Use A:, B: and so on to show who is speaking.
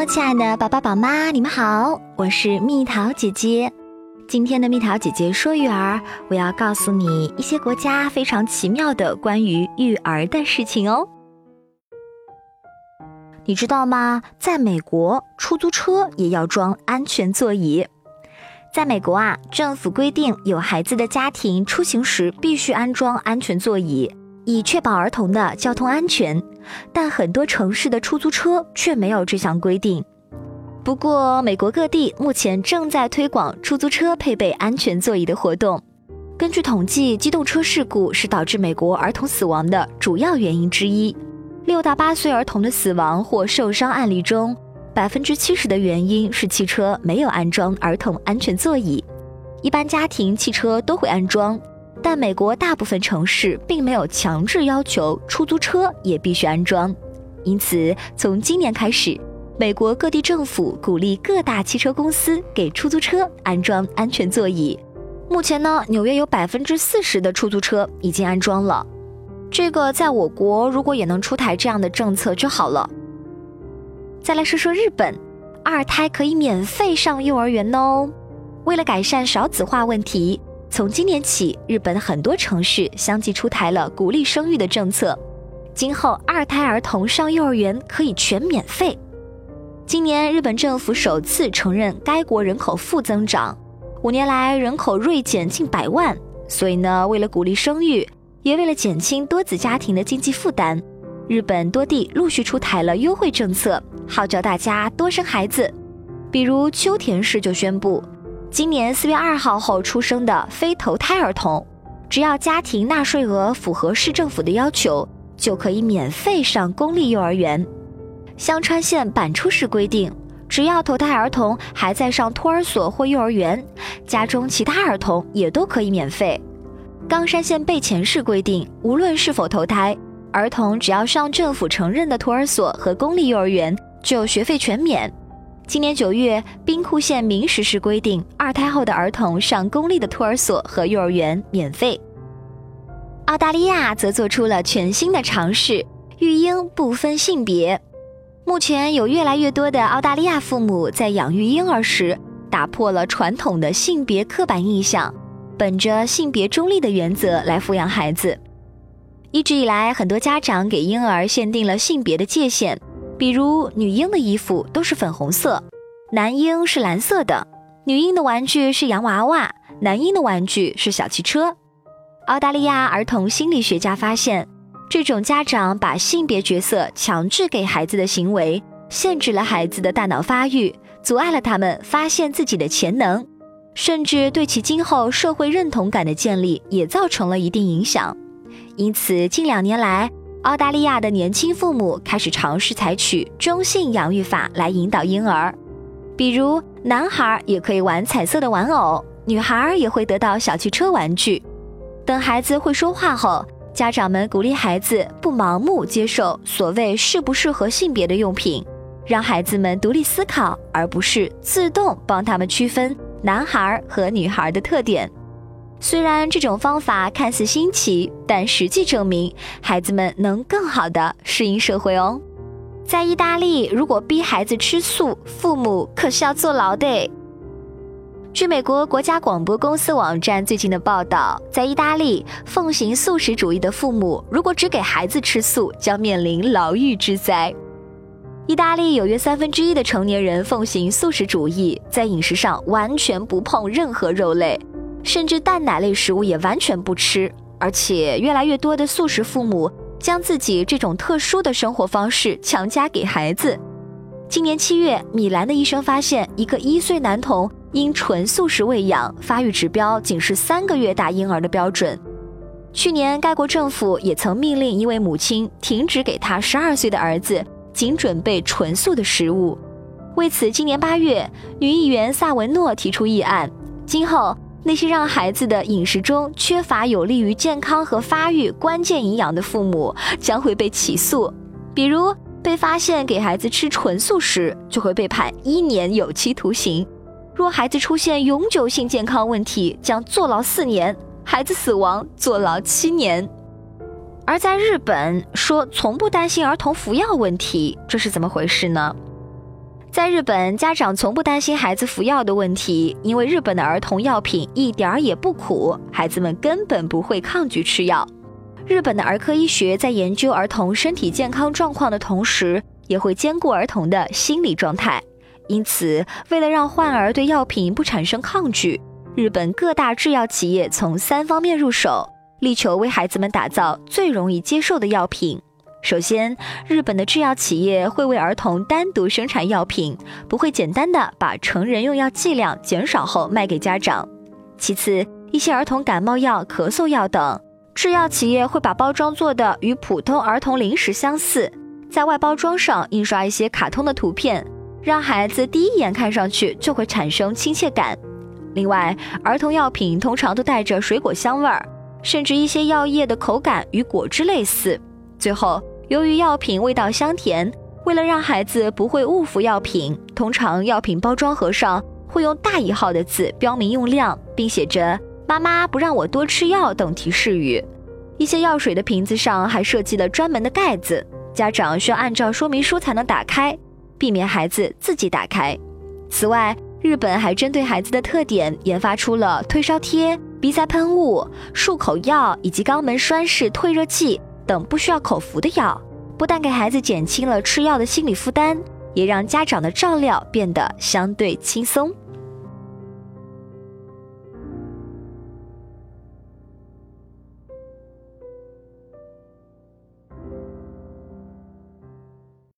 A: Hello， 亲爱的宝宝宝妈，你们好，我是蜜桃姐姐。今天的蜜桃姐姐说育儿，我要告诉你一些国家非常奇妙的关于育儿的事情哦。你知道吗？在美国，出租车也要装安全座椅。在美国啊，政府规定有孩子的家庭出行时必须安装安全座椅，以确保儿童的交通安全。但很多城市的出租车却没有这项规定。不过，美国各地目前正在推广出租车配备安全座椅的活动。根据统计，机动车事故是导致美国儿童死亡的主要原因之一。6到8岁儿童的死亡或受伤案例中，70%的原因是汽车没有安装儿童安全座椅。一般家庭汽车都会安装，但美国大部分城市并没有强制要求出租车也必须安装。因此，从今年开始，美国各地政府鼓励各大汽车公司给出租车安装安全座椅。目前呢，纽约有40%的出租车已经安装了。这个在我国如果也能出台这样的政策就好了。再来说说日本，2胎可以免费上幼儿园哦。为了改善少子化问题，从今年起，日本很多城市相继出台了鼓励生育的政策。今后2胎儿童上幼儿园可以全免费。今年日本政府首次承认该国人口负增长，5年来人口锐减近100万。所以呢，为了鼓励生育，也为了减轻多子家庭的经济负担，日本多地陆续出台了优惠政策，号召大家多生孩子。比如秋田市就宣布，今年4月2号后出生的非头胎儿童，只要家庭纳税额符合市政府的要求，就可以免费上公立幼儿园。香川县坂出市规定，只要头胎儿童还在上托儿所或幼儿园，家中其他儿童也都可以免费。冈山县备前市规定，无论是否头胎，儿童只要上政府承认的托儿所和公立幼儿园，就学费全免。今年9月，兵库县明石市规定，2胎后的儿童上公立的托儿所和幼儿园免费。澳大利亚则做出了全新的尝试，育婴不分性别。目前有越来越多的澳大利亚父母在养育婴儿时，打破了传统的性别刻板印象，本着性别中立的原则来抚养孩子。一直以来，很多家长给婴儿限定了性别的界限，比如女婴的衣服都是粉红色，男婴是蓝色的，女婴的玩具是洋娃娃，男婴的玩具是小汽车。澳大利亚儿童心理学家发现，这种家长把性别角色强制给孩子的行为，限制了孩子的大脑发育，阻碍了他们发现自己的潜能，甚至对其今后社会认同感的建立也造成了一定影响。因此，近2年来，澳大利亚的年轻父母开始尝试采取中性养育法来引导婴儿，比如男孩也可以玩彩色的玩偶，女孩也会得到小汽车玩具。等孩子会说话后，家长们鼓励孩子不盲目接受所谓适不适合性别的用品，让孩子们独立思考，而不是自动帮他们区分男孩和女孩的特点。虽然这种方法看似新奇，但实际证明孩子们能更好地适应社会哦。在意大利，如果逼孩子吃素，父母可是要坐牢的。据美国国家广播公司网站最近的报道，在意大利，奉行素食主义的父母如果只给孩子吃素，将面临牢狱之灾。意大利有约1/3的成年人奉行素食主义，在饮食上完全不碰任何肉类，甚至蛋奶类食物也完全不吃。而且越来越多的素食父母将自己这种特殊的生活方式强加给孩子。今年7月，米兰的医生发现一个1岁男童因纯素食喂养，发育指标仅是3个月大婴儿的标准。去年，该国政府也曾命令一位母亲停止给他12岁的儿子仅准备纯素的食物。为此，今年8月，女议员萨文诺提出议案，今后那些让孩子的饮食中缺乏有利于健康和发育关键营养的父母将会被起诉，比如被发现给孩子吃纯素食，就会被判1年有期徒刑；若孩子出现永久性健康问题，将坐牢4年；孩子死亡，坐牢7年。而在日本，说从不担心儿童服药问题，这是怎么回事呢？ 在日本，家长从不担心孩子服药的问题，因为日本的儿童药品一点儿也不苦，孩子们根本不会抗拒吃药。日本的儿科医学在研究儿童身体健康状况的同时，也会兼顾儿童的心理状态。因此，为了让患儿对药品不产生抗拒，日本各大制药企业从3方面入手，力求为孩子们打造最容易接受的药品。首先，日本的制药企业会为儿童单独生产药品，不会简单的把成人用药剂量减少后卖给家长。其次，一些儿童感冒药、咳嗽药等，制药企业会把包装做的与普通儿童零食相似，在外包装上印刷一些卡通的图片，让孩子第一眼看上去就会产生亲切感。另外，儿童药品通常都带着水果香味儿，甚至一些药液的口感与果汁类似。最后，由于药品味道香甜，为了让孩子不会误服药品，通常药品包装盒上会用大1号的字标明用量，并写着妈妈不让我多吃药等提示语。一些药水的瓶子上还设计了专门的盖子，家长需要按照说明书才能打开，避免孩子自己打开。此外，日本还针对孩子的特点研发出了退烧贴、鼻塞喷雾、漱口药以及肛门栓式退热剂等不需要口服的药，不但给孩子减轻了吃药的心理负担，也让家长的照料变得相对轻松。